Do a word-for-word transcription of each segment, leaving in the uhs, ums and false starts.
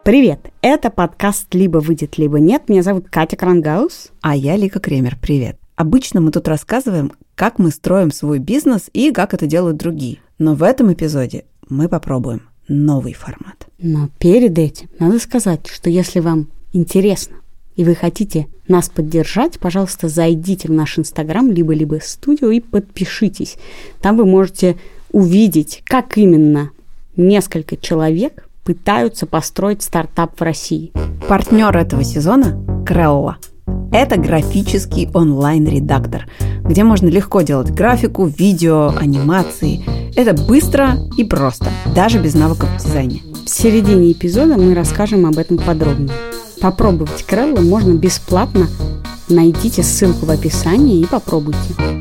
Привет! Это подкаст «Либо выйдет, либо нет». Меня зовут Катя Крангаус. А я Лика Кремер. Привет! Обычно мы тут рассказываем, как мы строим свой бизнес и как это делают другие. Но в этом эпизоде мы попробуем новый формат. Но перед этим надо сказать, что если вам интересно и вы хотите нас поддержать, пожалуйста, зайдите в наш Инстаграм либо-либо студио и подпишитесь. Там вы можете увидеть, как именно несколько человек пытаются построить стартап в России. Партнер этого сезона – Крелла. Это графический онлайн-редактор, где можно легко делать графику, видео, анимации. Это быстро и просто, даже без навыков в дизайне. В середине эпизода мы расскажем об этом подробнее. Попробовать Крелла можно бесплатно. Найдите ссылку в описании и попробуйте.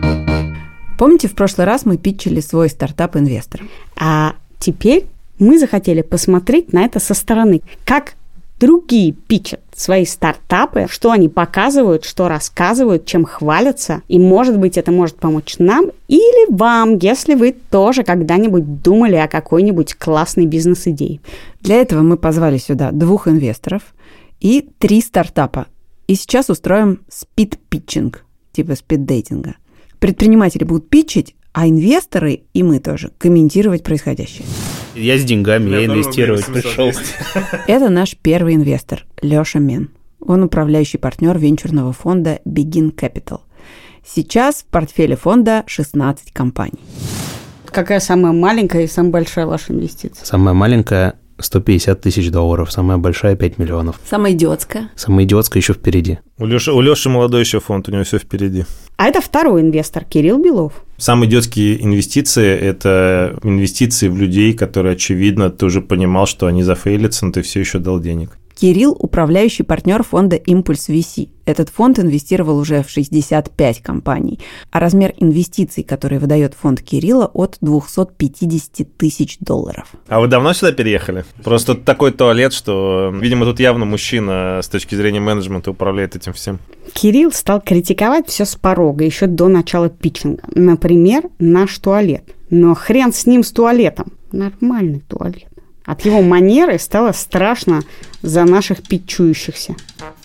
Помните, в прошлый раз мы питчили свой стартап инвесторам? А теперь мы захотели посмотреть на это со стороны. Как другие питчат свои стартапы, что они показывают, что рассказывают, чем хвалятся. И, может быть, это может помочь нам или вам, если вы тоже когда-нибудь думали о какой-нибудь классной бизнес-идее. Для этого мы позвали сюда двух инвесторов и три стартапа. И сейчас устроим спид-питчинг, типа спид-дейтинга. Предприниматели будут питчить, а инвесторы и мы тоже комментировать происходящее. Я с деньгами, я, я инвестировать пришел. Это наш первый инвестор, Леша Мен. Он управляющий партнер венчурного фонда Begin Capital. Сейчас в портфеле фонда шестнадцать компаний. Какая самая маленькая и самая большая ваша инвестиция? Самая маленькая – сто пятьдесят тысяч долларов, самая большая – пять миллионов. Самая идиотская? Самая идиотская еще впереди. У Леши, у Леши молодой еще фонд, у него все впереди. А это второй инвестор, Кирилл Белов. Самые идиотские инвестиции – это инвестиции в людей, которые, очевидно, ты уже понимал, что они зафейлятся, но ты все еще дал денег. Кирилл – управляющий партнер фонда Impulse ви си. Этот фонд инвестировал уже в шестьдесят пять компаний, а размер инвестиций, которые выдает фонд Кирилла, от двести пятьдесят тысяч долларов. А вы давно сюда переехали? Просто такой туалет, что, видимо, тут явно мужчина с точки зрения менеджмента управляет этим всем. Кирилл стал критиковать все с порога еще до начала питчинга. Например, наш туалет. Но хрен с ним, с туалетом. Нормальный туалет. От его манеры стало страшно за наших питчующихся.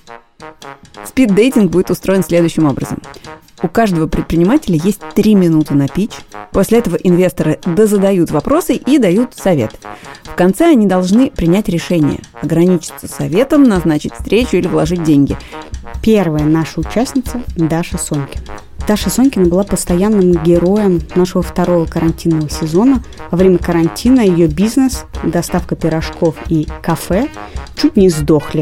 Спид-дейтинг будет устроен следующим образом. У каждого предпринимателя есть три минуты на питч. После этого инвесторы дозадают вопросы и дают совет. В конце они должны принять решение – ограничиться советом, назначить встречу или вложить деньги. Первая наша участница – Даша Сонькина. Даша Сонькина была постоянным героем нашего второго карантинного сезона. Во время карантина ее бизнес, доставка пирожков и кафе чуть не сдохли.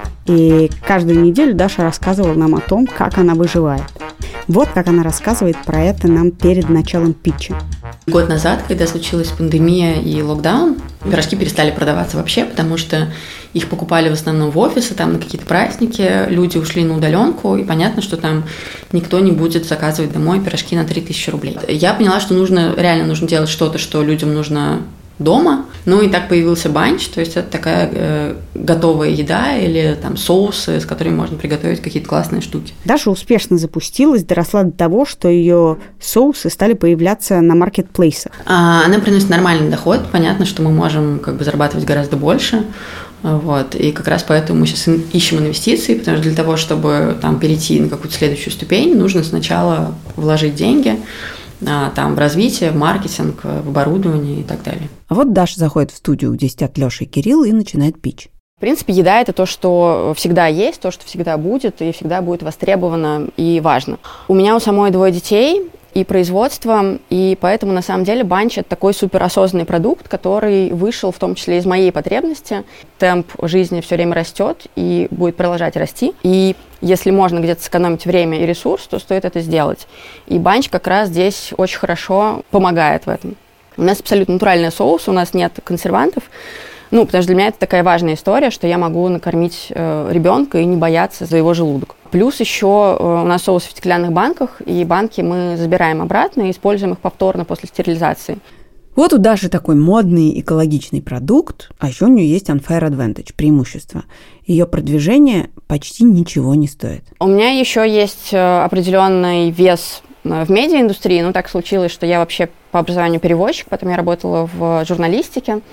И каждую неделю Даша рассказывала нам о том, как она выживает. Вот как она рассказывает про это нам перед началом питча. Год назад, когда случилась пандемия и локдаун, пирожки перестали продаваться вообще, потому что их покупали в основном в офисы, там на какие-то праздники, люди ушли на удаленку, и понятно, что там никто не будет заказывать домой пирожки на три тысячи рублей. Я поняла, что нужно, реально нужно делать что-то, что людям нужно дома. Ну и так появился банч, то есть это такая э, готовая еда или там соусы, с которыми можно приготовить какие-то классные штуки. Даша успешно запустилась, доросла до того, что ее соусы стали появляться на маркетплейсах. А, она приносит нормальный доход, понятно, что мы можем как бы зарабатывать гораздо больше. Вот. И как раз поэтому мы сейчас ищем инвестиции, потому что для того, чтобы там перейти на какую-то следующую ступень, нужно сначала вложить деньги там, в развитие, в маркетинг, в оборудование и так далее. А вот Даша заходит в студию, где сидят Леша и Кирилл, и начинает питч. В принципе, еда – это то, что всегда есть, то, что всегда будет, и всегда будет востребовано и важно. У меня у самой двое детей и производство, и поэтому, на самом деле, банч – это такой суперосознанный продукт, который вышел в том числе из моей потребности. Темп жизни все время растет и будет продолжать расти. И если можно где-то сэкономить время и ресурс, то стоит это сделать. И банч как раз здесь очень хорошо помогает в этом. У нас абсолютно натуральный соус, у нас нет консервантов. Ну, потому что для меня это такая важная история, что я могу накормить э, ребенка и не бояться за его желудок. Плюс еще э, у нас соус в стеклянных банках, и банки мы забираем обратно и используем их повторно после стерилизации. Вот у Даши такой модный экологичный продукт, а еще у нее есть Unfair Advantage, преимущество. Ее продвижение почти ничего не стоит. У меня еще есть определенный вес в медиаиндустрии. Ну, так случилось, что я вообще по образованию переводчик, потом я работала в журналистике.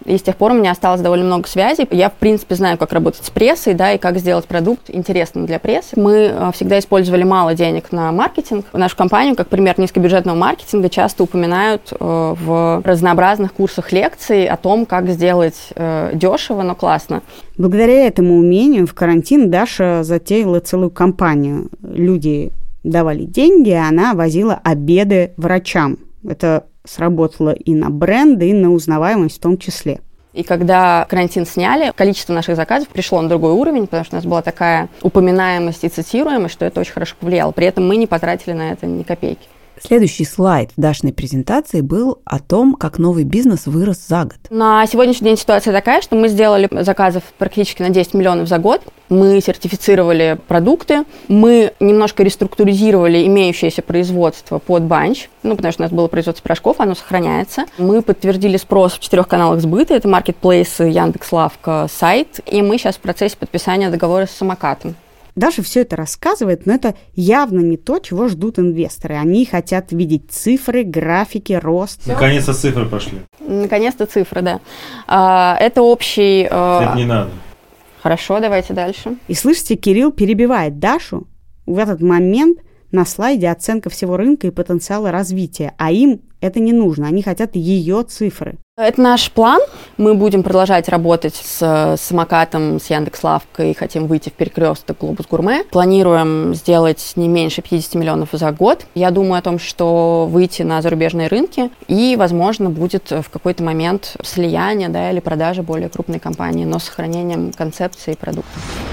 И с тех пор у меня осталось довольно много связей. Я, в принципе, знаю, как работать с прессой, да, и как сделать продукт интересным для прессы. Мы всегда использовали мало денег на маркетинг. Нашу компанию, как пример низкобюджетного маркетинга, часто упоминают в разнообразных курсах лекций о том, как сделать дешево, но классно. Благодаря этому умению в карантин Даша затеяла целую кампанию. Люди давали деньги, а она возила обеды врачам. Это сработало и на бренды, и на узнаваемость в том числе. И когда карантин сняли, количество наших заказов пришло на другой уровень, потому что у нас была такая упоминаемость и цитируемость, что это очень хорошо повлияло. При этом мы не потратили на это ни копейки. Следующий слайд в Дашиной презентации был о том, как новый бизнес вырос за год. На сегодняшний день ситуация такая, что мы сделали заказов практически на десять миллионов за год. Мы сертифицировали продукты, мы немножко реструктуризировали имеющееся производство под банч, ну, потому что у нас было производство пирожков, оно сохраняется. Мы подтвердили спрос в четырех каналах сбыта, это маркетплейсы, Яндекс.Лавка, сайт, и мы сейчас в процессе подписания договора с самокатом. Даша все это рассказывает, но это явно не то, чего ждут инвесторы. Они хотят видеть цифры, графики, рост. Наконец-то цифры пошли. Наконец-то цифры, да. А, это общий... А... Это не надо. Хорошо, давайте дальше. И слышите, Кирилл перебивает Дашу. В этот момент на слайде оценка всего рынка и потенциала развития, а им это не нужно, они хотят ее цифры. Это наш план. Мы будем продолжать работать с самокатом, с Яндекс.Лавкой, хотим выйти в перекресток Глобус Гурме. Планируем сделать не меньше пятьдесят миллионов за год. Я думаю о том, что выйти на зарубежные рынки и, возможно, будет в какой-то момент слияние, да, или продажа более крупной компании, но с сохранением концепции и продукта.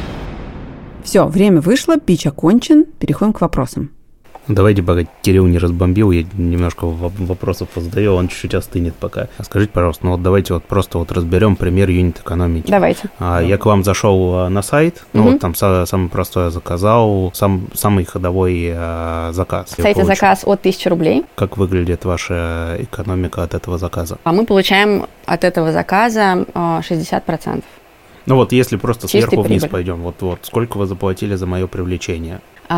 Все, время вышло, пич окончен, переходим к вопросам. Давайте, пока Кирилл не разбомбил, я немножко вопросов позадаю, он чуть-чуть остынет пока. Скажите, пожалуйста, ну вот давайте вот просто вот разберем пример юнит-экономики. Давайте. А, я к вам зашел на сайт, ну угу. вот там самый простой я заказал, сам, самый ходовой а, заказ. Сайт заказ от тысячи рублей. Как выглядит ваша экономика от этого заказа? А мы получаем от этого заказа шестьдесят процентов. Ну вот если просто Чистый сверху вниз прибыль. пойдем, вот, вот сколько вы заплатили за мое привлечение?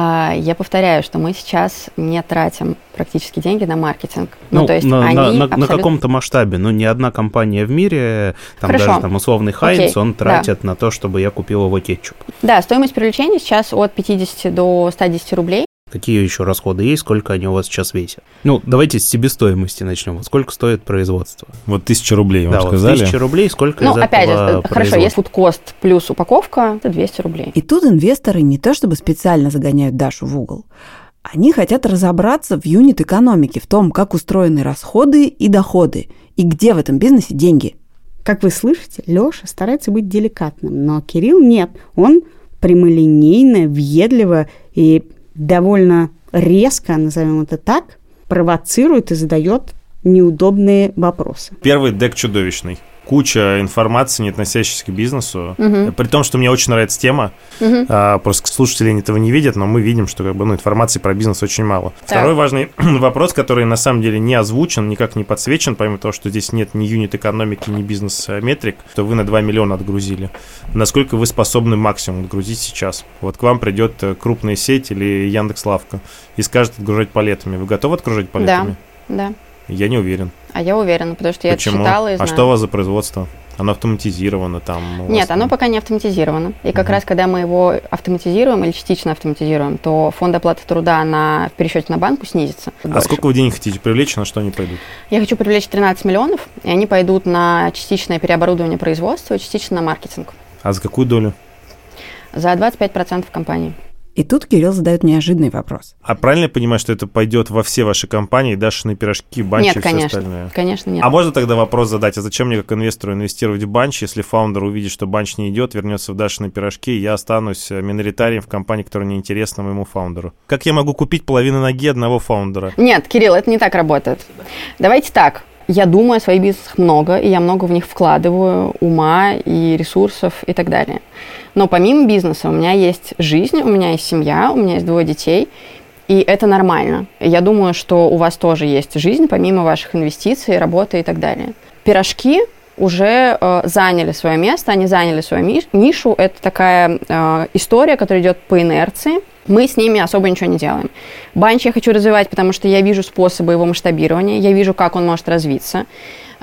Я повторяю, что мы сейчас не тратим практически деньги на маркетинг. Ну, ну то есть на, они на, на, абсолютно... на каком-то масштабе, ну, ни одна компания в мире, там Хорошо. даже там условный Хайнц, Окей. он тратит да. на то, чтобы я купил его кетчуп. Да, стоимость привлечения сейчас от пятидесяти до ста десяти рублей. Какие еще расходы есть, сколько они у вас сейчас весят? Ну, давайте с себестоимости начнем. Вот сколько стоит производство? Вот тысяча рублей, вам да, сказали? Вот тысяча рублей, сколько ну, из опять этого же, хорошо, если фудкост плюс упаковка, это двести рублей. И тут инвесторы не то чтобы специально загоняют Дашу в угол. Они хотят разобраться в юнит-экономике, в том, как устроены расходы и доходы, и где в этом бизнесе деньги. Как вы слышите, Лёша старается быть деликатным, но Кирилл нет. Он прямолинейно, въедливо и довольно резко, назовем это так, провоцирует и задает неудобные вопросы. Первый дек чудовищный. Куча информации, не относящейся к бизнесу. Угу. При том, что мне очень нравится тема. Угу. А, просто слушатели этого не видят, но мы видим, что как бы, ну, информации про бизнес очень мало. Так. Второй важный вопрос, который на самом деле не озвучен, никак не подсвечен, помимо того, что здесь нет ни юнит-экономики, ни бизнес-метрик, то вы на два миллиона отгрузили. Насколько вы способны максимум отгрузить сейчас? Вот к вам придет крупная сеть или Яндекс.Лавка и скажет отгружать палетами. Вы готовы отгружать палетами? Да, да. Я не уверен. А я уверена, потому что я Почему? это читала и знаю. А что у вас за производство? Оно автоматизировано там? Нет, оно пока не автоматизировано. И как uh-huh. раз, когда мы его автоматизируем или частично автоматизируем, то фонд оплаты труда на, в пересчете на банку снизится. А больше. Сколько вы денег хотите привлечь, на что они пойдут? Я хочу привлечь тринадцать миллионов, и они пойдут на частичное переоборудование производства, частично на маркетинг. А за какую долю? За двадцать пять процентов компании. И тут Кирилл задает неожиданный вопрос. А правильно я понимаю, что это пойдет во все ваши компании, Дашины пирожки, банчи нет, и все конечно, остальное? конечно, нет. А можно тогда вопрос задать, а зачем мне как инвестору инвестировать в банч, если фаундер увидит, что банч не идет, вернется в Дашины пирожки, и я останусь миноритарием в компании, которая неинтересна моему фаундеру? Как я могу купить половину ноги одного фаундера? Нет, Кирилл, это не так работает. Давайте так. Я думаю о своих бизнесах много, и я много в них вкладываю ума и ресурсов и так далее. Но помимо бизнеса у меня есть жизнь, у меня есть семья, у меня есть двое детей, и это нормально. Я думаю, что у вас тоже есть жизнь, помимо ваших инвестиций, работы и так далее. Пирожки уже э, заняли свое место, они заняли свою нишу. Это такая э, история, которая идет по инерции. Мы с ними особо ничего не делаем. Банч я хочу развивать, потому что я вижу способы его масштабирования, я вижу, как он может развиться.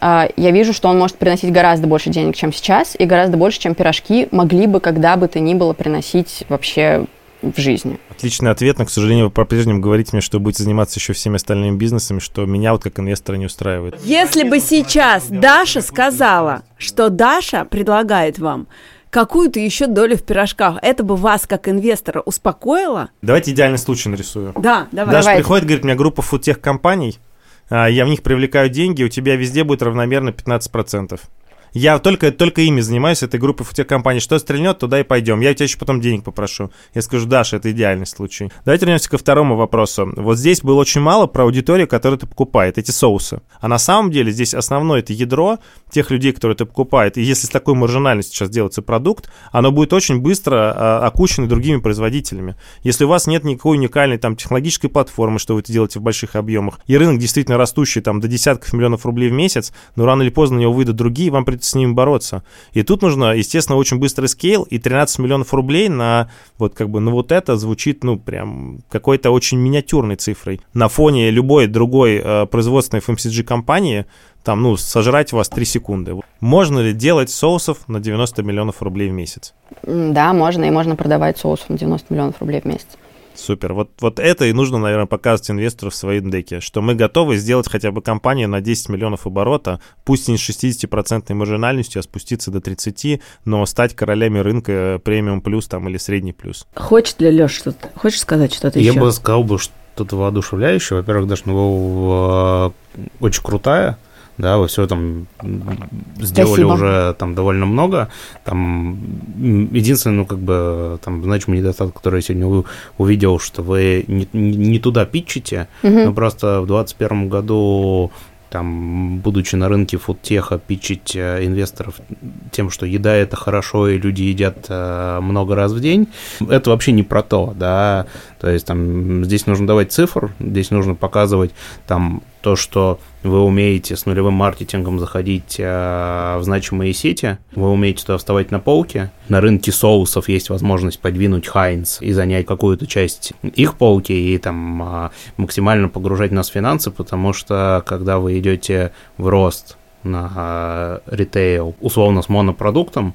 я вижу, что он может приносить гораздо больше денег, чем сейчас, и гораздо больше, чем пирожки могли бы когда бы то ни было приносить вообще в жизни. Отличный ответ, но, к сожалению, вы по-прежнему говорите мне, что будете заниматься еще всеми остальными бизнесами, что меня вот как инвестора не устраивает. Если бы сейчас Даша сказала, что Даша предлагает вам какую-то еще долю в пирожках, это бы вас, как инвестора, успокоило? Давайте идеальный случай нарисую. Да, давай. Даша Давайте. приходит, говорит, у меня группа фудтех-компаний, я в них привлекаю деньги, у тебя везде будет равномерно пятнадцать процентов. Я только, только ими занимаюсь, этой группой фудтех-компаний. Что стрельнет, туда и пойдем. Я у тебя еще потом денег попрошу. Я скажу, Даша, это идеальный случай. Давайте вернемся ко второму вопросу. Вот здесь было очень мало про аудиторию, которую ты покупает, эти соусы. А на самом деле здесь основное это ядро тех людей, которые ты покупает. И если с такой маржинальностью сейчас делается продукт, оно будет очень быстро а, окучено другими производителями. Если у вас нет никакой уникальной там технологической платформы, что вы это делаете в больших объемах, и рынок действительно растущий там до десятков миллионов рублей в месяц, но рано или поздно на него выйдут другие, вам придется с ними бороться. И тут нужно, естественно, очень быстрый скейл, и тринадцать миллионов рублей на вот как бы на вот это звучит, ну, прям какой-то очень миниатюрной цифрой. На фоне любой другой э, производственной эф эм си джи-компании там, ну, сожрать вас три секунды. Можно ли делать соусов на девяносто миллионов рублей в месяц? Да, можно, и можно продавать соусов на девяносто миллионов рублей в месяц. Супер. Вот, вот это и нужно, наверное, показывать инвестору в своем деке, что мы готовы сделать хотя бы компанию на десять миллионов оборота, пусть и не с шестидесятипроцентной маржинальностью, а спуститься до тридцати, но стать королями рынка премиум плюс там или средний плюс. Хочет ли Леша что-то? Хочешь сказать что-то Я еще? бы сказал бы что-то воодушевляющее. Во-первых, даже ну, очень крутая. Да, вы все там сделали Спасибо. уже там довольно много. Там единственное, ну, как бы, там, значимый недостаток, который я сегодня увидел, что вы не, не, не туда питчите, Угу. но просто в двадцать первом году, там, будучи на рынке фудтеха, питчить инвесторов тем, что еда – это хорошо, и люди едят много раз в день, это вообще не про то, да, то есть там здесь нужно давать цифр, здесь нужно показывать там то, что вы умеете с нулевым маркетингом заходить э, в значимые сети, вы умеете туда вставать на полке. На рынке соусов есть возможность подвинуть Хайнц и занять какую-то часть их полки и там э, максимально погружать нас в финансы, потому что когда вы идете в рост на э, ритейл, условно с монопродуктом,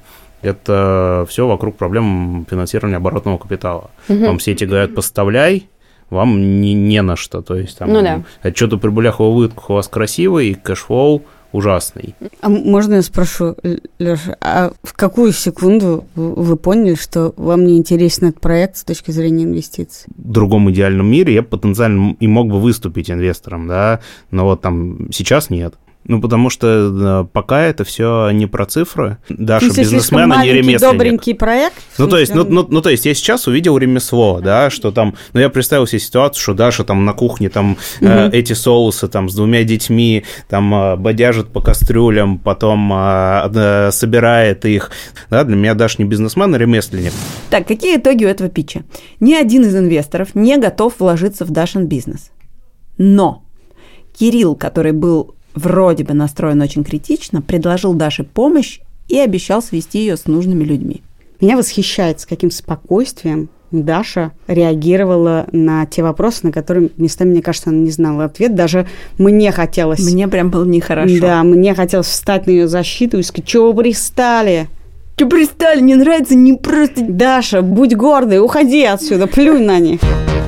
это все вокруг проблем финансирования оборотного капитала. Угу. Вам сети говорят, поставляй, вам не, не на что, то есть там Ну да. отчет о прибылях и убытках у вас красивый, кэшфлоу ужасный. А можно я спрошу, Леша, а в какую секунду вы поняли, что вам не интересен этот проект с точки зрения инвестиций? В другом идеальном мире я потенциально и мог бы выступить инвестором, да, но вот там сейчас нет. Ну, потому что да, пока это все не про цифры. Даша Если бизнесмен, а не ремесленник. добренький проект? Ну то, есть, ну, ну, ну, то есть, я сейчас увидел ремесло, да, что там, ну, я представил себе ситуацию, что Даша там на кухне там угу. э, эти соусы там с двумя детьми там э, бодяжит по кастрюлям, потом э, э, собирает их. Да, для меня Даша не бизнесмен, а ремесленник. Так, какие итоги у этого питча? Ни один из инвесторов не готов вложиться в Дашин бизнес. Но Кирилл, который был вроде бы настроен очень критично, предложил Даше помощь и обещал свести ее с нужными людьми. Меня восхищает, с каким спокойствием Даша реагировала на те вопросы, на которые местами, мне кажется, она не знала ответ. Даже мне хотелось... Мне прям было нехорошо. Да, мне хотелось встать на ее защиту и сказать, чего вы пристали? Чего пристали? Не нравится, не просто... Даша, будь гордой, уходи отсюда, плюнь на них.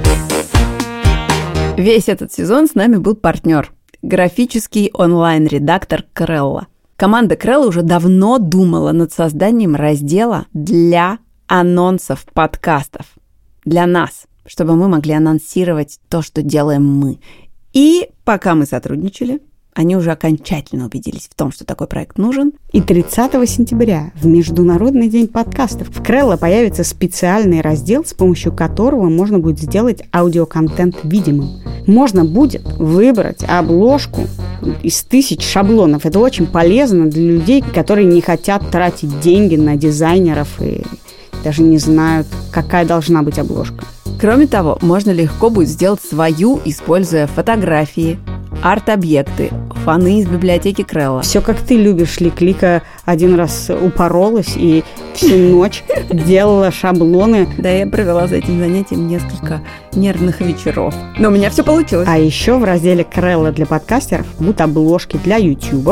Весь этот сезон с нами был партнер. Графический онлайн-редактор Крелла. Команда Крелла уже давно думала над созданием раздела для анонсов подкастов. Для нас, чтобы мы могли анонсировать то, что делаем мы. И пока мы сотрудничали, они уже окончательно убедились в том, что такой проект нужен. И тридцатого сентября, в Международный день подкастов, в Крелла появится специальный раздел, с помощью которого можно будет сделать аудиоконтент видимым. Можно будет выбрать обложку из тысяч шаблонов. Это очень полезно для людей, которые не хотят тратить деньги на дизайнеров и даже не знают, какая должна быть обложка. Кроме того, можно легко будет сделать свою, используя фотографии, арт-объекты, фоны из библиотеки Крелла. Все как ты любишь, Лик-Лика один раз упоролась и всю ночь делала шаблоны. Да, я провела за этим занятием несколько нервных вечеров. Но у меня все получилось. А еще в разделе Крелла для подкастеров будут обложки для ютубов,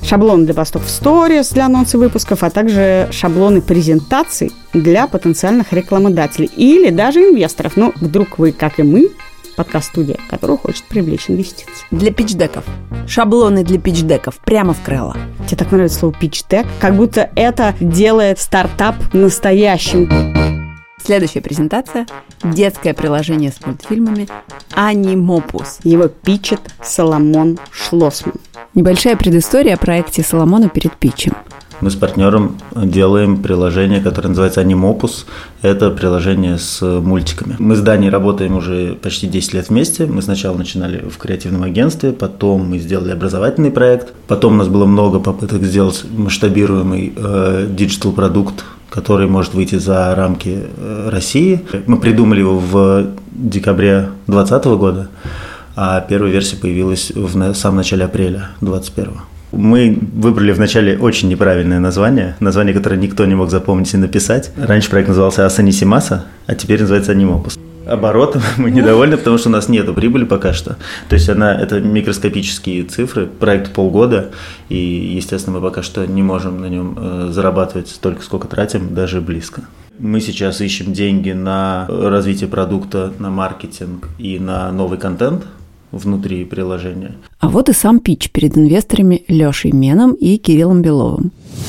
шаблоны для постов в сторис, для анонсов выпусков, а также шаблоны презентаций для потенциальных рекламодателей или даже инвесторов. Ну, вдруг вы, как и мы, подкаст-студия, которая хочет привлечь инвестиции. Для питч-деков. Шаблоны для питч-деков прямо в крыло. Тебе так нравится слово питч-дек, как будто это делает стартап настоящим. Следующая презентация – детское приложение с мультфильмами «Анимопус». Его питчит Соломон Шлосман. Небольшая предыстория о проекте Соломона перед питчем. Мы с партнером делаем приложение, которое называется «Анимопус». Это приложение с мультиками. Мы с Даней работаем уже почти десять лет вместе. Мы сначала начинали в креативном агентстве, потом мы сделали образовательный проект. Потом у нас было много попыток сделать масштабируемый э, диджитал-продукт, который может выйти за рамки э, России. Мы придумали его в декабре две тысячи двадцатого года, а первая версия появилась в на, самом начале апреля две тысячи двадцать первого. Мы выбрали вначале очень неправильное название, название, которое никто не мог запомнить и написать. Раньше проект назывался «Асанисимаса», а теперь называется «Анимопус». Оборотом мы недовольны, потому что у нас нет прибыли пока что. То есть она, это микроскопические цифры, проект полгода, и, естественно, мы пока что не можем на нем э, зарабатывать столько, сколько тратим, даже близко. Мы сейчас ищем деньги на развитие продукта, на маркетинг и на новый контент внутри приложения. А вот и сам питч перед инвесторами Лешей Меном и Кириллом Беловым.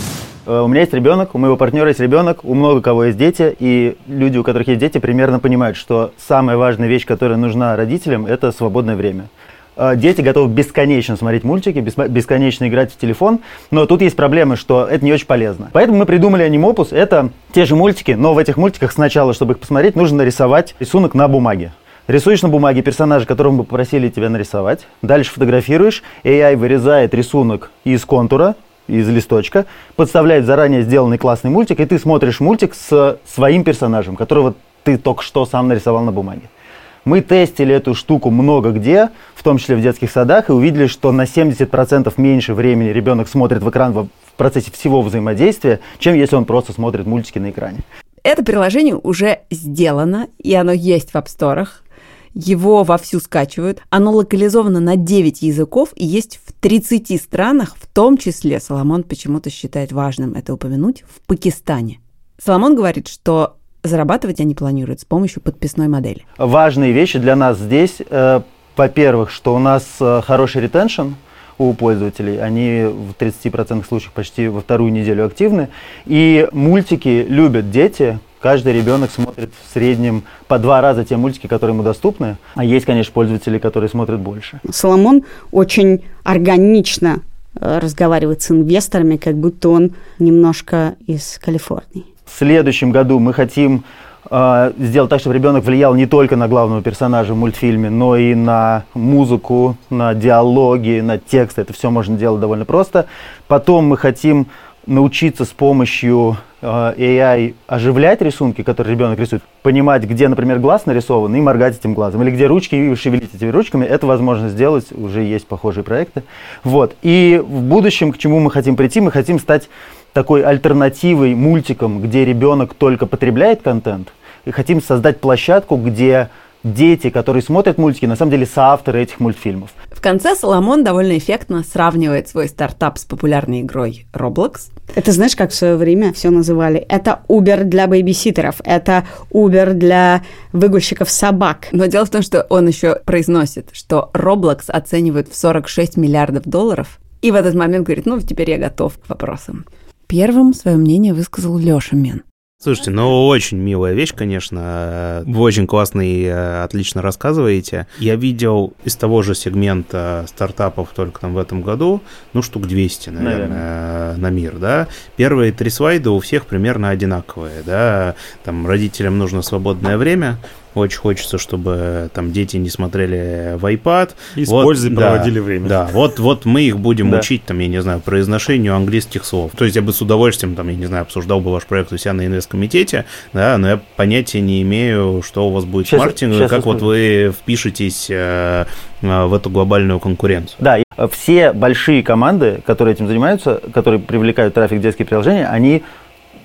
У меня есть ребенок, у моего партнера есть ребенок, у много кого есть дети, и люди, у которых есть дети, примерно понимают, что самая важная вещь, которая нужна родителям, это свободное время. Дети готовы бесконечно смотреть мультики, бесконечно играть в телефон, но тут есть проблема, что это не очень полезно. Поэтому мы придумали Анимопус. Это те же мультики, но в этих мультиках сначала, чтобы их посмотреть, нужно нарисовать рисунок на бумаге. Рисуешь на бумаге персонажа, которого мы попросили тебя нарисовать, дальше фотографируешь, эй ай вырезает рисунок из контура, из листочка, подставляет заранее сделанный классный мультик, и ты смотришь мультик с своим персонажем, которого ты только что сам нарисовал на бумаге. Мы тестили эту штуку много где, в том числе в детских садах, и увидели, что на семьдесят процентов меньше времени ребенок смотрит в экран в процессе всего взаимодействия, чем если он просто смотрит мультики на экране. Это приложение уже сделано, и оно есть в App Store'ах. Его вовсю скачивают. Оно локализовано на девять языков и есть в тридцати странах, в том числе, Соломон почему-то считает важным это упомянуть, в Пакистане. Соломон говорит, что зарабатывать они планируют с помощью подписной модели. Важные вещи для нас здесь. Э, во-первых, что у нас э, хороший ретеншн у пользователей. Они в тридцати процентах случаев почти во вторую неделю активны. И мультики любят дети. Каждый ребенок смотрит в среднем по два раза те мультики, которые ему доступны. А есть, конечно, пользователи, которые смотрят больше. Соломон очень органично разговаривает с инвесторами, как будто он немножко из Калифорнии. В следующем году мы хотим э, сделать так, чтобы ребенок влиял не только на главного персонажа в мультфильме, но и на музыку, на диалоги, на тексты. Это все можно делать довольно просто. Потом мы хотим научиться с помощью э, эй ай оживлять рисунки, которые ребенок рисует, понимать, где, например, глаз нарисован, и моргать этим глазом, или где ручки, и шевелить этими ручками. Это возможно сделать, уже есть похожие проекты. Вот. И в будущем, к чему мы хотим прийти, мы хотим стать такой альтернативой мультикам, где ребенок только потребляет контент, и хотим создать площадку, где дети, которые смотрят мультики, на самом деле соавторы этих мультфильмов. В конце Соломон довольно эффектно сравнивает свой стартап с популярной игрой Roblox. Это знаешь, как в свое время все называли? Это Uber для бэйбиситеров, это Uber для выгульщиков собак. Но дело в том, что он еще произносит, что Roblox оценивают в сорок шесть миллиардов долларов, и в этот момент говорит, ну, теперь я готов к вопросам. Первым свое мнение высказал Леша Мен. Слушайте, ну очень милая вещь, конечно, вы очень классно и отлично рассказываете. Я видел из того же сегмента стартапов только там в этом году, ну штук двести, наверное, наверное. на мир, да. Первые три слайда у всех примерно одинаковые, да, там родителям нужно свободное время, очень хочется, чтобы там дети не смотрели в iPad. И с вот, пользой да, проводили время. Да, вот, вот мы их будем да. учить, там, я не знаю, произношению английских слов. То есть я бы с удовольствием, там, я не знаю, обсуждал бы ваш проект у себя на инвесткомитете, да, но я понятия не имею, что у вас будет сейчас, с маркетингом, как вот вы впишетесь э, в эту глобальную конкуренцию. Да, все большие команды, которые этим занимаются, которые привлекают трафик в детские приложения, они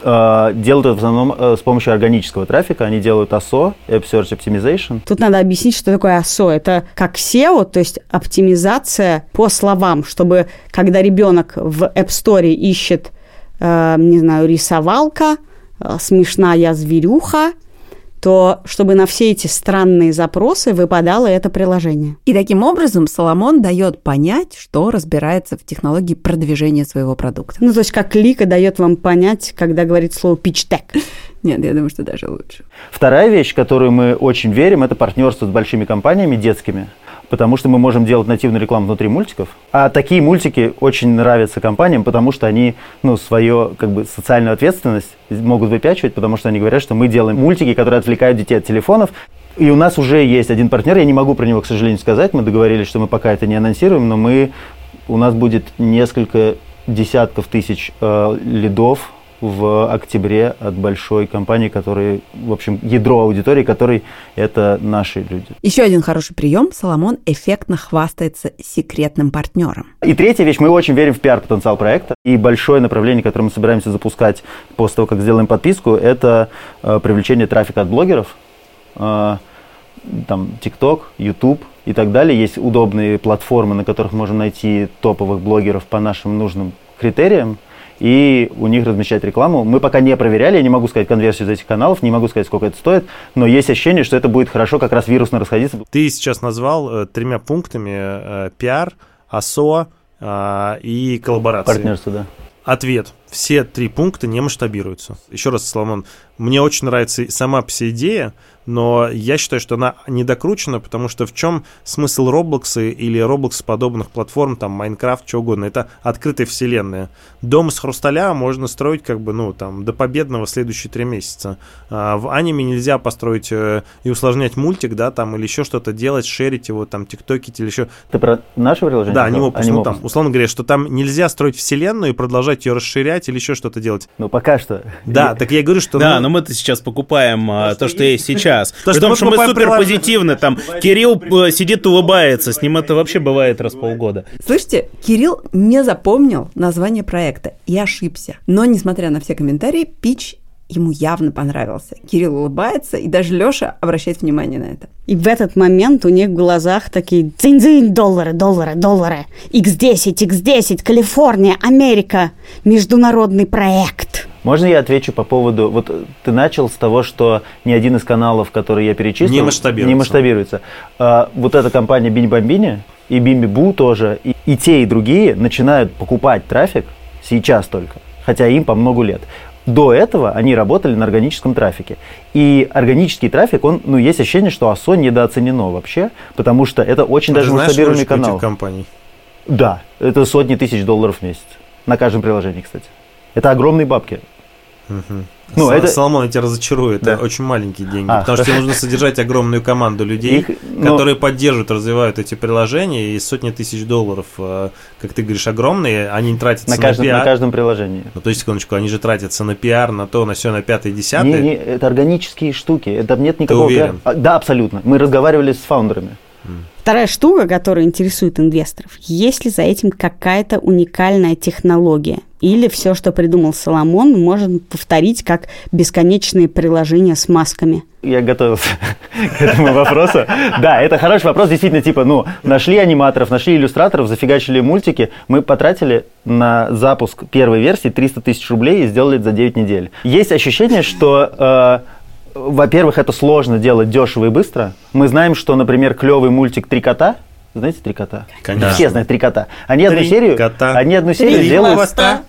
э, делают это в основном э, с помощью органического трафика. Они делают эй эс о, App Search Optimization. Тут надо объяснить, что такое эй эс о. Это как сео, то есть оптимизация по словам, чтобы когда ребенок в App Store ищет, э, не знаю, рисовалка, э, смешная зверюха, то чтобы на все эти странные запросы выпадало это приложение. И таким образом Соломон дает понять, что разбирается в технологии продвижения своего продукта. Ну, то есть как Лика дает вам понять, когда говорит слово pitch deck. Нет, я думаю, что даже лучше. Вторая вещь, в которую мы очень верим, это партнерство с большими компаниями детскими, потому что мы можем делать нативную рекламу внутри мультиков. А такие мультики очень нравятся компаниям, потому что они, ну, свою, как бы, социальную ответственность могут выпячивать, потому что они говорят, что мы делаем мультики, которые отвлекают детей от телефонов. И у нас уже есть один партнер, я не могу про него, к сожалению, сказать, мы договорились, что мы пока это не анонсируем, но мы, у нас будет несколько десятков тысяч э, лидов в октябре от большой компании, которая, в общем, ядро аудитории, которой это наши люди. Еще один хороший прием. Соломон эффектно хвастается секретным партнером. И третья вещь. Мы очень верим в пиар-потенциал проекта. И большое направление, которое мы собираемся запускать после того, как сделаем подписку, это э, привлечение трафика от блогеров. Э, там TikTok, YouTube и так далее. Есть удобные платформы, на которых можно найти топовых блогеров по нашим нужным критериям и у них размещать рекламу. Мы пока не проверяли, я не могу сказать конверсию из этих каналов, не могу сказать, сколько это стоит, но есть ощущение, что это будет хорошо как раз вирусно расходиться. Ты сейчас назвал э, тремя пунктами э, пиар, эй эс о э, и коллаборации. Партнерство, да. Ответ. Все три пункта не масштабируются. Еще раз, Соломон, мне очень нравится сама по себе идея, но я считаю, что она недокручена, потому что в чем смысл Roblox или Roblox подобных платформ, там, Minecraft, что угодно, это открытая вселенная. Дом из хрусталя можно строить, как бы, ну, там, до победного следующие три месяца. А в аниме нельзя построить э, и усложнять мультик, да, там, или еще что-то делать, шерить его, там, тиктокить или еще. Ты про наше приложение? Да, анимопус, ну, там, условно говоря, что там нельзя строить вселенную и продолжать ее расширять или еще что-то делать. Ну, пока что. Да, так я говорю, что... Да, но мы-то сейчас покупаем то, то что есть сейчас. То, При том, что мы супер прилож... позитивны, там, Кирилл сидит, улыбается, с ним это вообще бывает раз в полгода. Слышите, Кирилл не запомнил название проекта и ошибся. Но, несмотря на все комментарии, питч ему явно понравился. Кирилл улыбается, и даже Лёша обращает внимание на это. И в этот момент у них в глазах такие дзынь-дзынь, доллары, доллары, доллары, икс десять, икс десять, Калифорния, Америка, международный проект. Можно я отвечу по поводу... Вот ты начал с того, что ни один из каналов, которые я перечислил, не масштабируется. Не масштабируется. А, вот эта компания Бинь-Бомбини и Бимби-Бу тоже, и, и те, и другие начинают покупать трафик сейчас только, хотя им по много лет. До этого они работали на органическом трафике. И органический трафик, он, ну, есть ощущение, что эй эс о недооценено вообще, потому что это очень Ты даже знаешь, масштабируемый канал. Этих компаний? Да, это сотни тысяч долларов в месяц. На каждом приложении, кстати. Это огромные бабки. Угу. Ну, Сол- это... Соломон, я тебя разочарую, это Да. очень маленькие деньги, А, потому что тебе нужно содержать огромную команду людей, Их, ну... которые поддерживают, развивают эти приложения, и сотни тысяч долларов, как ты говоришь, огромные, они тратятся на, на, каждом, пиар. на каждом приложении. Ну, то есть, секундочку, они же тратятся на пиар, на то, на все, на пятое, десятое. Не, не, это органические штуки, это нет никакого... Ты уверен? пиара. Да, абсолютно. Мы разговаривали с фаундерами. Вторая штука, которая интересует инвесторов, есть ли за этим какая-то уникальная технология? Или все, что придумал Соломон, можно повторить как бесконечные приложения с масками? Я готовился к этому вопросу. Да, это хороший вопрос. Действительно, типа, ну, нашли аниматоров, нашли иллюстраторов, зафигачили мультики. Мы потратили на запуск первой версии триста тысяч рублей и сделали это за девять недель. Есть ощущение, что... Э, во-первых, это сложно делать дешево и быстро. Мы знаем, что, например, клевый мультик «Три кота». Знаете «Три кота»? Конечно. Все знают «Три кота». Они одну Три серию, кота. они одну серию Три делают... кота.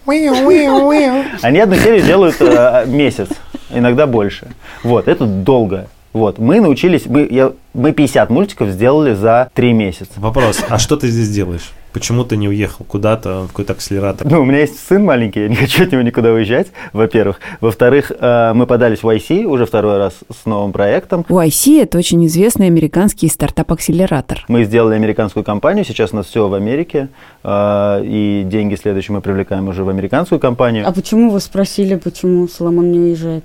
Они одну серию делают э, месяц, иногда больше. Вот, это долго. Вот, мы научились, мы, я, мы пятьдесят мультиков сделали за три месяца. Вопрос, а что ты здесь делаешь? Почему ты не уехал куда-то в какой-то акселератор? Ну, у меня есть сын маленький, я не хочу от него никуда уезжать, во-первых. Во-вторых, э, мы подались в ай си уже второй раз с новым проектом. У ай си это очень известный американский стартап-акселератор. Мы сделали американскую компанию, сейчас у нас все в Америке, э, и деньги следующие мы привлекаем уже в американскую компанию. А почему вы спросили, почему Соломон не уезжает?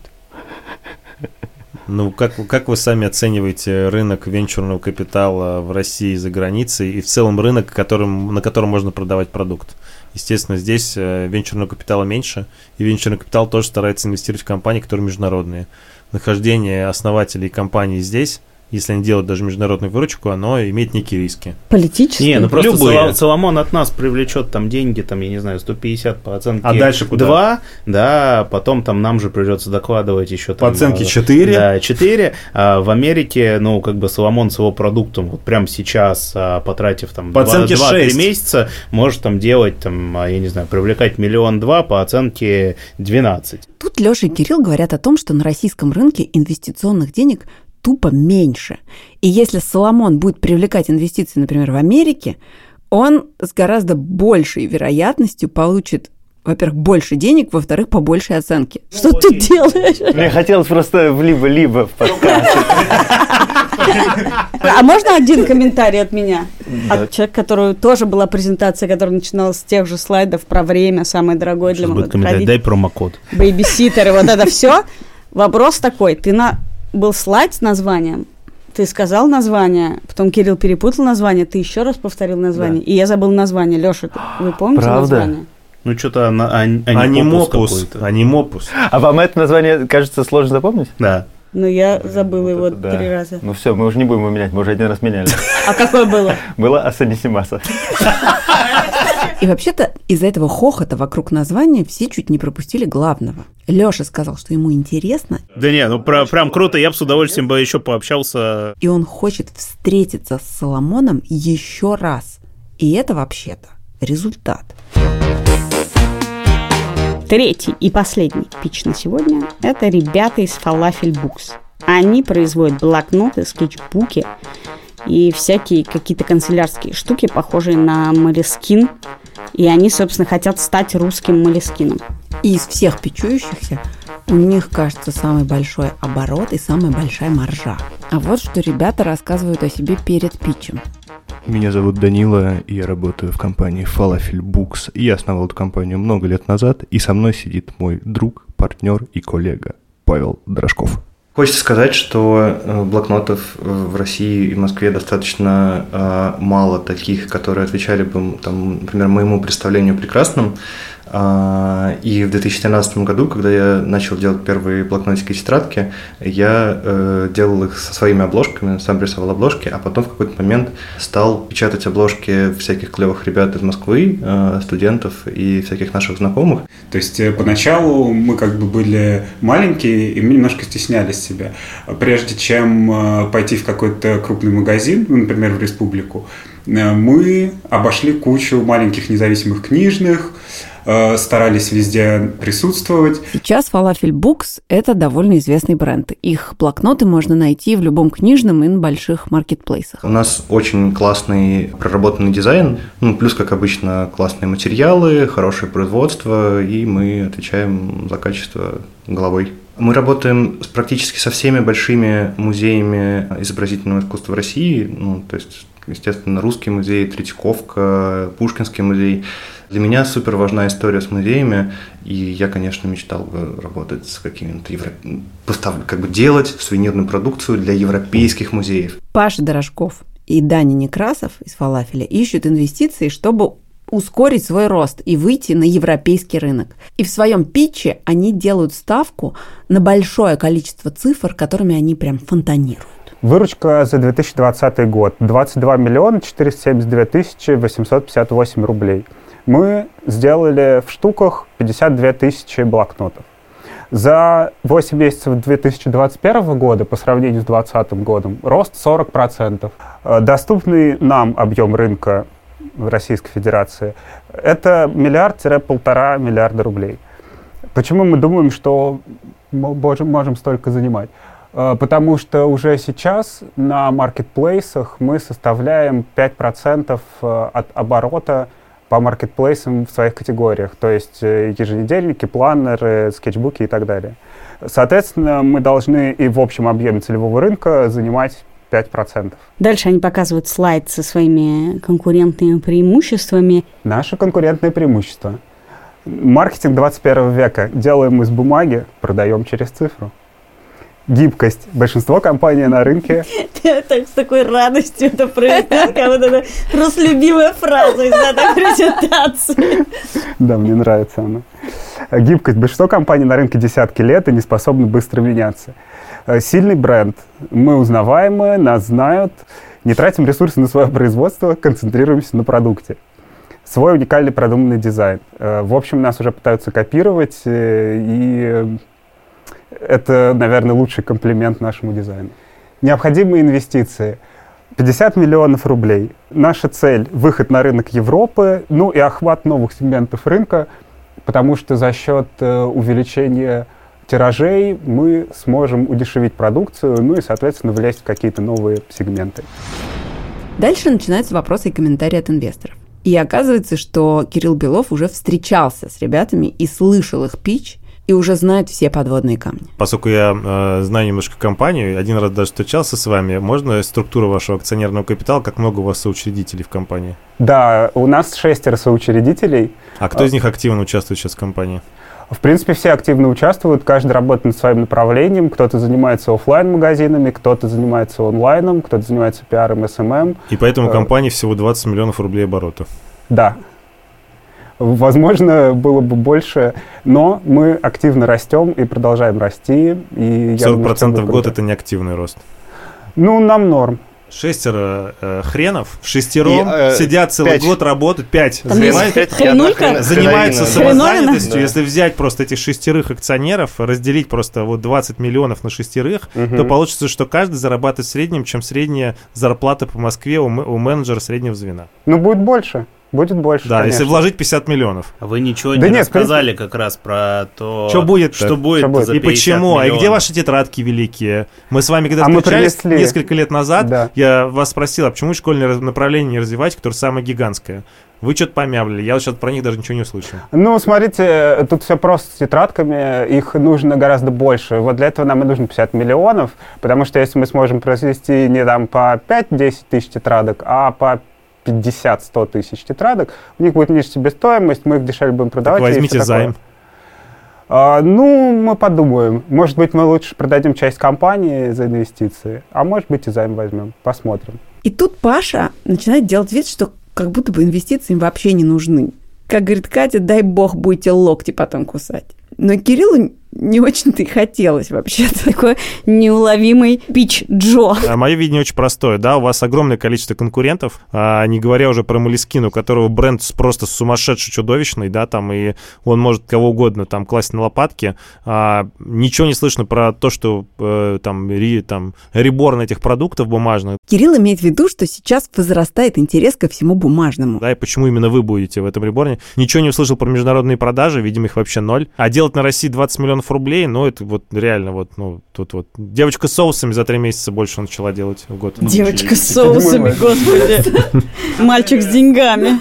Ну, как, как вы сами оцениваете рынок венчурного капитала в России и за границей, и в целом рынок, которым, на котором можно продавать продукт? Естественно, здесь венчурного капитала меньше, и венчурный капитал тоже старается инвестировать в компании, которые международные. Нахождение основателей компаний здесь, если они делают даже международную выручку, оно имеет некие риски. Политические? Не, ну просто Любые. Соломон от нас привлечет там деньги, там, я не знаю, сто пятьдесят по оценке А дальше куда? два, да, потом там нам же придется докладывать еще там... По оценке четыре? Да, четыре. А в Америке, ну, как бы Соломон с его продуктом вот прямо сейчас, потратив там по оценке два-три шесть месяца, может там делать, там, я не знаю, привлекать миллион два по оценке двенадцать. Тут Леша и Кирилл говорят о том, что на российском рынке инвестиционных денег тупо меньше. И если Соломон будет привлекать инвестиции, например, в Америке, он с гораздо большей вероятностью получит, во-первых, больше денег, во-вторых, по большей оценке. Что ты делаешь? Мне хотелось просто в либо-либо в подкасте. А можно один комментарий от меня? От человека, который тоже была презентация, которая начиналась с тех же слайдов про время, самое дорогое для молодых родителей. Дай промокод. Бейбиситеры, вот это все. Вопрос такой, ты на... Был слайд с названием, ты сказал название, потом Кирилл перепутал название, ты еще раз повторил название, да. И я забыл название. Леша, вы помните Правда? Название? Ну, что-то ани- ани- Анимопус. Анимопус. А вам это название кажется сложно запомнить? Да. Ну, я забыла его да. три раза. Ну все, мы уже не будем его менять, мы уже один раз меняли. А какое было? Было Асанисимаса. И вообще-то из-за этого хохота вокруг названия все чуть не пропустили главного. Леша сказал, что ему интересно. Да не, ну про, прям круто, я бы с удовольствием бы еще пообщался. И он хочет встретиться с Соломоном еще раз. И это вообще-то результат. Третий и последний пич на сегодня – это ребята из Falafel Books. Они производят блокноты, скетчбуки и всякие какие-то канцелярские штуки, похожие на Moleskine. И они, собственно, хотят стать русским Moleskine. И из всех печующихся у них, кажется, самый большой оборот и самая большая маржа. А вот что ребята рассказывают о себе перед питчем. Меня зовут Данила, и я работаю в компании Falafel Books. Я основал эту компанию много лет назад, и со мной сидит мой друг, партнер и коллега Павел Дрожков. Хочется сказать, что блокнотов в России и в Москве достаточно э, мало таких, которые отвечали бы, там, например, моему представлению о прекрасном. И в две тысячи тринадцатом году, когда я начал делать первые блокнотики и тетрадки, я э, делал их со своими обложками, сам рисовал обложки, а потом в какой-то момент стал печатать обложки всяких клевых ребят из Москвы, э, студентов и всяких наших знакомых. То есть э, поначалу мы как бы были маленькие, и мы немножко стеснялись себя. Прежде чем э, пойти в какой-то крупный магазин, ну, например, в Республику, э, мы обошли кучу маленьких независимых книжных, старались везде присутствовать. Сейчас Falafel Books – это довольно известный бренд. Их блокноты можно найти в любом книжном и на больших маркетплейсах. У нас очень классный проработанный дизайн, ну, плюс, как обычно, классные материалы, хорошее производство, и мы отвечаем за качество головой. Мы работаем с практически со всеми большими музеями изобразительного искусства в России, ну, то есть, естественно, Русский музей, Третьяковка, Пушкинский музей. Для меня супер важна история с музеями, и я, конечно, мечтал бы работать с какими-то евро... поставлю, как бы делать сувенирную продукцию для европейских музеев. Паша Дорожков и Даня Некрасов из Фалафеля ищут инвестиции, чтобы ускорить свой рост и выйти на европейский рынок. И в своем питче они делают ставку на большое количество цифр, которыми они прям фонтанируют. Выручка за две тысячи двадцатый год – двадцать два миллиона четыреста семьдесят две тысячи восемьсот пятьдесят восемь рублей. Мы сделали в штуках пятьдесят две тысячи блокнотов. За восемь месяцев две тысячи двадцать первого года по сравнению с две тысячи двадцатым годом рост сорок процентов. Доступный нам объем рынка в Российской Федерации – это миллиард-полтора миллиарда рублей. Почему мы думаем, что мы можем столько занимать? Потому что уже сейчас на маркетплейсах мы составляем пять процентов от оборота по маркетплейсам в своих категориях, то есть еженедельники, планеры, скетчбуки и так далее. Соответственно, мы должны и в общем объеме целевого рынка занимать пять процентов. Дальше они показывают слайд со своими конкурентными преимуществами. Наше конкурентное преимущество. Маркетинг двадцать первого века. Делаем из бумаги, продаем через цифру. Гибкость. Большинство компаний на рынке... Ты так с такой радостью это произнес, как вот это просто любимая фраза из этой презентации. Да, мне нравится она. Гибкость. Большинство компаний на рынке десятки лет и не способны быстро меняться. Сильный бренд. Мы узнаваемые, нас знают. Не тратим ресурсы на свое производство, концентрируемся на продукте. Свой уникальный продуманный дизайн. В общем, нас уже пытаются копировать, и это, наверное, лучший комплимент нашему дизайну. Необходимые инвестиции. пятьдесят миллионов рублей. Наша цель – выход на рынок Европы, ну и охват новых сегментов рынка, потому что за счет увеличения тиражей мы сможем удешевить продукцию, ну и, соответственно, влезть в какие-то новые сегменты. Дальше начинаются вопросы и комментарии от инвесторов. И оказывается, что Кирилл Белов уже встречался с ребятами и слышал их питч, и уже знает все подводные камни. Поскольку я э, знаю немножко компанию, один раз даже встречался с вами, можно структуру вашего акционерного капитала, как много у вас соучредителей в компании? Да, у нас шестеро соучредителей. А кто из них активно участвует сейчас в компании? В принципе, все активно участвуют, каждый работает над своим направлением, кто-то занимается офлайн-магазинами, кто-то занимается онлайном, кто-то занимается пиаром, эс эм эм. И поэтому у компании всего двадцать миллионов рублей оборота. Да. Возможно, было бы больше, но мы активно растем и продолжаем расти. И сорок процентов в год – это не активный рост. Ну, нам норм. Шестеро э, хренов, шестером, И, э, сидят целый пять. год, работают, пять. Там Занимаются, есть хренулька? занимаются Хреновина, самозанятостью. да. Если взять просто этих шестерых акционеров, разделить просто вот двадцать миллионов на шестерых, Мгм. то получится, что каждый зарабатывает в среднем, чем средняя зарплата по Москве у, м- у менеджера среднего звена. Ну, будет больше. Будет больше, Да, конечно. если вложить пятьдесят миллионов. А вы ничего Да не нет, в принципе- рассказали как раз про то, Что будет? что будет, Что будет? за И пятьдесят почему? А и где миллионов. ваши тетрадки великие? Мы с вами когда А мы встречались принесли. несколько лет назад, Да. я вас спросил, а почему школьное раз- направление не развивать, которое самое гигантское? Вы что-то помявлили, я вот сейчас про них даже ничего не услышал. Ну, смотрите, тут все просто с тетрадками, их нужно гораздо больше. Вот для этого нам и нужно пятьдесят миллионов, потому что если мы сможем произвести не там по пять-десять тысяч тетрадок, а по пятьдесят-сто тысяч тетрадок, у них будет ниже себестоимость, мы их дешевле будем продавать. Так и возьмите всё такое. займ. А, ну, мы подумаем. Может быть, мы лучше продадим часть компании за инвестиции, а может быть, и займ возьмем. Посмотрим. И тут Паша начинает делать вид, что как будто бы инвестиции им вообще не нужны. Как говорит Катя, дай бог будете локти потом кусать. Но Кириллу не очень-то и хотелось вообще-то. Такой неуловимый пич Джо. А мое видение очень простое, да, у вас огромное количество конкурентов, а, не говоря уже про Moleskine, у которого бренд с- просто сумасшедший, чудовищный, да, там, и он может кого угодно там класть на лопатки, а, ничего не слышно про то, что э, там, ри, там реборн этих продуктов бумажных, Кирилл имеет в виду, что сейчас возрастает интерес ко всему бумажному. да, и почему именно вы будете в этом реборне. Ничего не услышал про международные продажи, видимо, их вообще ноль. А делать на России двадцать миллионов рублей, ну, это вот реально вот, ну, тут вот. Девочка с соусами за три месяца больше начала делать в год. Девочка с соусами, господи. Мальчик с деньгами.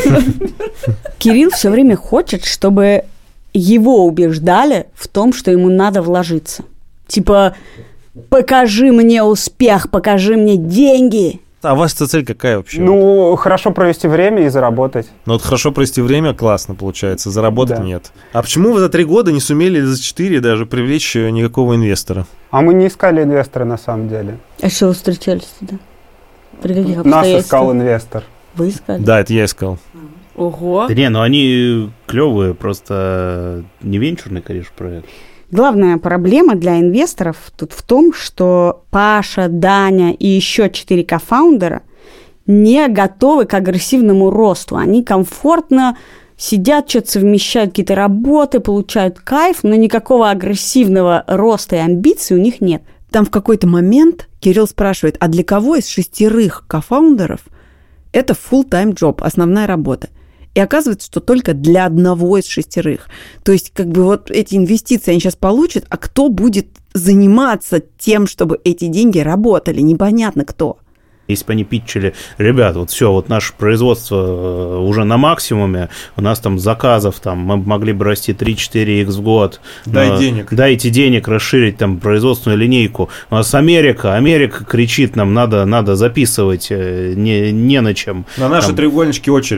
Кирилл все время хочет, чтобы его убеждали в том, что ему надо вложиться. Типа, покажи мне успех, покажи мне деньги. А ваша цель какая вообще? Ну, хорошо провести время и заработать. Ну вот хорошо провести время, классно получается, заработать Да. нет. А почему вы за три года не сумели или за четыре даже привлечь э, никакого инвестора? А мы не искали инвестора на самом деле. А что вы встречались тогда? При каких Нас обстоятельствах? искал инвестор. Вы искали? Да, это я искал. Ого. Да не, ну они клевые, просто не венчурный, конечно, проект. Главная проблема для инвесторов тут в том, что Паша, Даня и еще четыре кофаундера не готовы к агрессивному росту. Они комфортно сидят, что-то совмещают, какие-то работы, получают кайф, но никакого агрессивного роста и амбиций у них нет. Там в какой-то момент Кирилл спрашивает, а для кого из шестерых кофаундеров это full-time job, основная работа? И оказывается, что только для одного из шестерых. То есть, как бы вот эти инвестиции они сейчас получат, а кто будет заниматься тем, чтобы эти деньги работали? Непонятно кто. Если бы они питчили, ребят, вот все, вот наше производство э, уже на максимуме, у нас там заказов, там, мы могли бы расти три-четыре икс в год. Дай Э, денег. Дайте денег, расширить там производственную линейку. У нас Америка, Америка кричит нам, надо, надо записывать, э, не, не на чем. На наши Там. треугольнички очередь.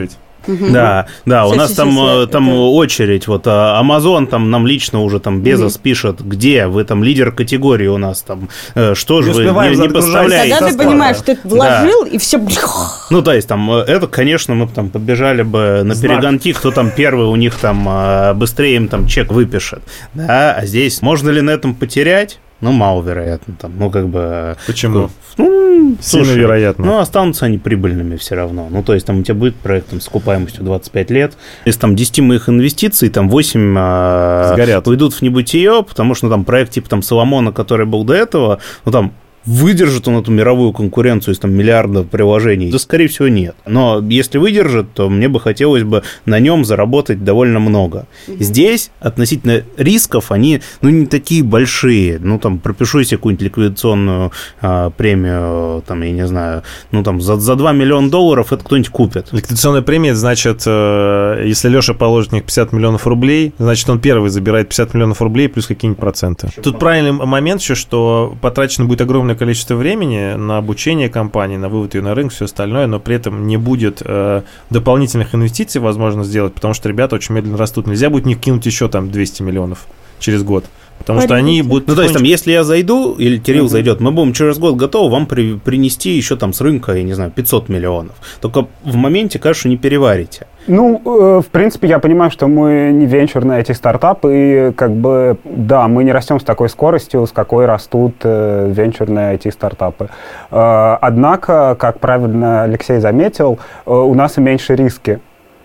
Угу. Да, да, у нас там, там это... очередь, вот Amazon там нам лично уже там Безос угу. пишет, где вы там лидер категории у нас там, что же вы не, не поставляете. Когда ты понимаешь, что ты вложил, да. и все... Ну, то есть там, это, конечно, мы там побежали бы на перегонки, кто там первый у них там быстрее им там чек выпишет, да, а здесь можно ли на этом потерять? Ну, маловероятно. Там, ну, как бы... Почему? Ну, сильно слушай, вероятно. Ну, останутся они прибыльными все равно. Ну, то есть, там у тебя будет проект там, с окупаемостью двадцать пять лет. Из там десяти моих инвестиций, там восемь сгорят. Уйдут в небытие, потому что ну, там проект типа там Соломона, который был до этого, ну, там выдержит он эту мировую конкуренцию из там, миллиарда приложений? Да, скорее всего, нет. Но если выдержит, то мне бы хотелось бы на нем заработать довольно много. Mm-hmm. Здесь относительно рисков они ну, не такие большие. Ну, там, пропишу себе какую-нибудь ликвидационную а, премию, там, я не знаю, ну, там, за, за два миллиона долларов это кто-нибудь купит. Ликвидационная премия, значит, если Леша положит в них пятьдесят миллионов рублей, значит, он первый забирает пятьдесят миллионов рублей плюс какие-нибудь проценты. Тут правильный момент еще, что потрачено будет огромное количество времени на обучение компании, на вывод ее на рынок, все остальное, но при этом не будет э, дополнительных инвестиций возможно сделать, потому что ребята очень медленно растут. Нельзя будет в них кинуть еще там двести миллионов через год. Потому Парень. Что они будут... Ну, то есть, там, если я зайду, или Кирилл uh-huh. зайдет, мы будем через год готовы вам при, принести еще там с рынка, я не знаю, пятьсот миллионов. Только в моменте, конечно, не переварите. Ну, э, в принципе, я понимаю, что мы не венчурный ай ти-стартап, и как бы, да, мы не растем с такой скоростью, с какой растут э, венчурные ай ти-стартапы. Э, однако, как правильно Алексей заметил, э, у нас и меньше риски.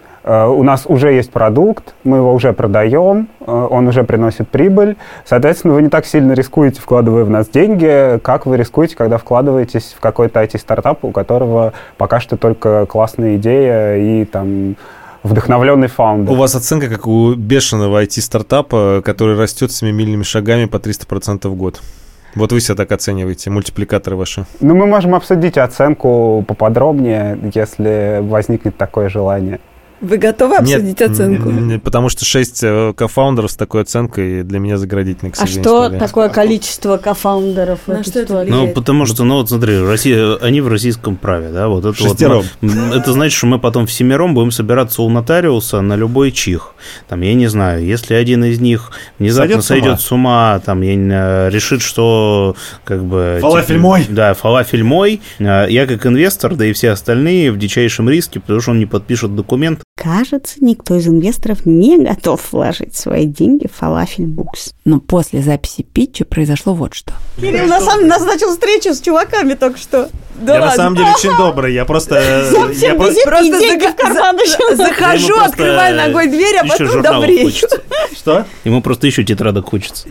У нас уже есть продукт, мы его уже продаем, он уже приносит прибыль. Соответственно, вы не так сильно рискуете, вкладывая в нас деньги, как вы рискуете, когда вкладываетесь в какой-то ай ти-стартап, у которого пока что только классная идея и там вдохновленный фаундер. У вас оценка как у бешеного ай ти-стартапа, который растет семимильными шагами по триста процентов в год. Вот вы себя так оцениваете, мультипликаторы ваши. Ну, мы можем обсудить оценку поподробнее, если возникнет такое желание. Вы готовы обсудить Нет, оценку? Потому что шесть кофаундеров с такой оценкой для меня заградительно, к сожалению. А что история. Такое количество кофаундеров? На что это влияет? Ну, потому что, ну, вот смотри, Россия, они в российском праве, да, вот это Шестером. Вот. Это значит, что мы потом всемиром будем собираться у нотариуса на любой чих. Там, я не знаю, если один из них внезапно сойдет с ума, там, я не, решит, что, как бы... Фалафель типа, мой! Да, фалафель мой. Я как инвестор, да и все остальные в дичайшем риске, потому что он не подпишет документ. Кажется, никто из инвесторов не готов вложить свои деньги в Falafel Books. Но после записи питча произошло вот что. Кирилл на самом деле назначил встречу с чуваками только что. Да я ладно. На самом деле очень добрый, я просто... Я просто, просто деньги в карман еще. Захожу, открываю ногой дверь, а потом добрею. Что? Ему просто еще тетрадок хочется.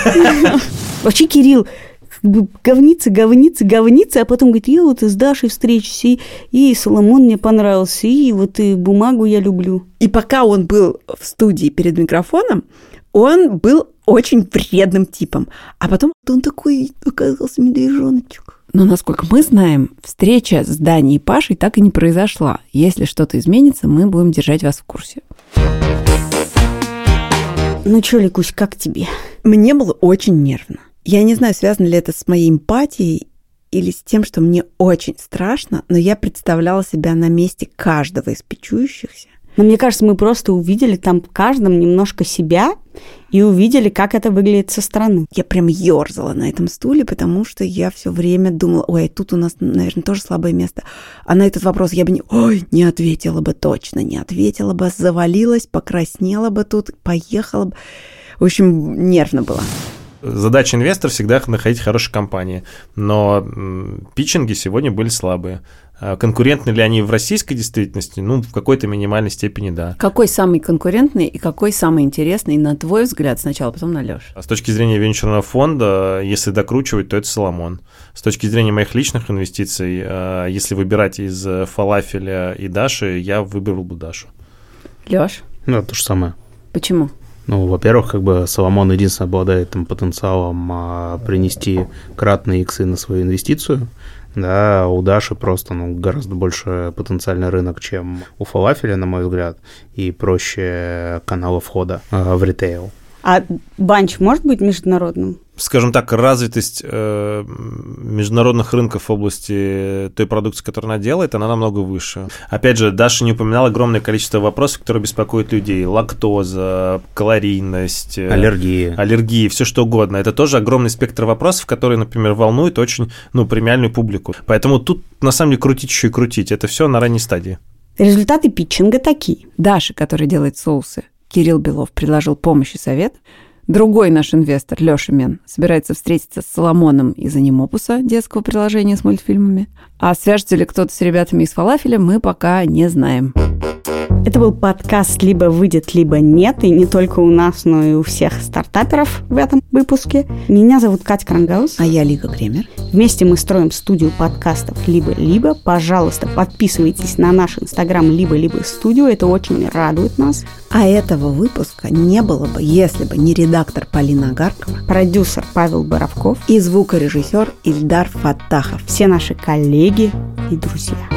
Вообще, Кирилл, говнится, говнится, говнится, а потом говорит, я вот с Дашей встречусь, и, и Соломон мне понравился, и вот и бумагу я люблю. И пока он был в студии перед микрофоном, он был очень вредным типом. А потом он такой оказался медвежоночек. Но, насколько мы знаем, встреча с Даней и Пашей так и не произошла. Если что-то изменится, мы будем держать вас в курсе. Ну что, Ликусь, как тебе? Мне было очень нервно. Я не знаю, связано ли это с моей эмпатией или с тем, что мне очень страшно, но я представляла себя на месте каждого из пичующихся. Но мне кажется, мы просто увидели там в каждом немножко себя и увидели, как это выглядит со стороны. Я прям ёрзала на этом стуле, потому что я все время думала, ой, тут у нас, наверное, тоже слабое место. А на этот вопрос я бы не, ой, не ответила бы точно, не ответила бы, завалилась, покраснела бы тут, поехала бы. В общем, нервно было. Задача инвестора всегда находить хорошие компании, но питчинги сегодня были слабые. Конкурентны ли они в российской действительности? Ну, в какой-то минимальной степени, да. Какой самый конкурентный и какой самый интересный, на твой взгляд, сначала, потом на Лёшу? С точки зрения венчурного фонда, если докручивать, то это Соломон. С точки зрения моих личных инвестиций, если выбирать из Фалафеля и Даши, я выбрал бы Дашу. Лёш? Ну, то же самое. Почему? Ну, во-первых, как бы Соломон единственно обладает там потенциалом а, принести кратные иксы на свою инвестицию. Да, у Даши просто ну, гораздо больше потенциальный рынок, чем у Фалафеля, на мой взгляд, и проще канала входа а, в ритейл. А банч может быть международным? Скажем так, развитость э, международных рынков в области той продукции, которую она делает, она намного выше. Опять же, Даша не упоминала огромное количество вопросов, которые беспокоят людей. Лактоза, калорийность, аллергии. Аллергии, все что угодно. Это тоже огромный спектр вопросов, которые, например, волнуют очень ну, премиальную публику. Поэтому тут, на самом деле, крутить еще и крутить. Это все на ранней стадии. Результаты питчинга такие. Даша, которая делает соусы, Кирилл Белов, предложил помощь и совет. Другой наш инвестор, Лёша Мен, собирается встретиться с Соломоном из анимопуса, детского приложения с мультфильмами. А свяжется ли кто-то с ребятами из Фалафеля, мы пока не знаем. Это был подкаст «Либо выйдет, либо нет», и не только у нас, но и у всех стартаперов в этом выпуске. Меня зовут Катя Крангаус. А я Лика Кремер. Вместе мы строим студию подкастов «Либо-либо». Пожалуйста, подписывайтесь на наш инстаграм «Либо-либо студию», это очень радует нас. А этого выпуска не было бы, если бы не редактор Полина Агаркова, продюсер Павел Боровков и звукорежиссер Ильдар Фаттахов. Все наши коллеги и друзья.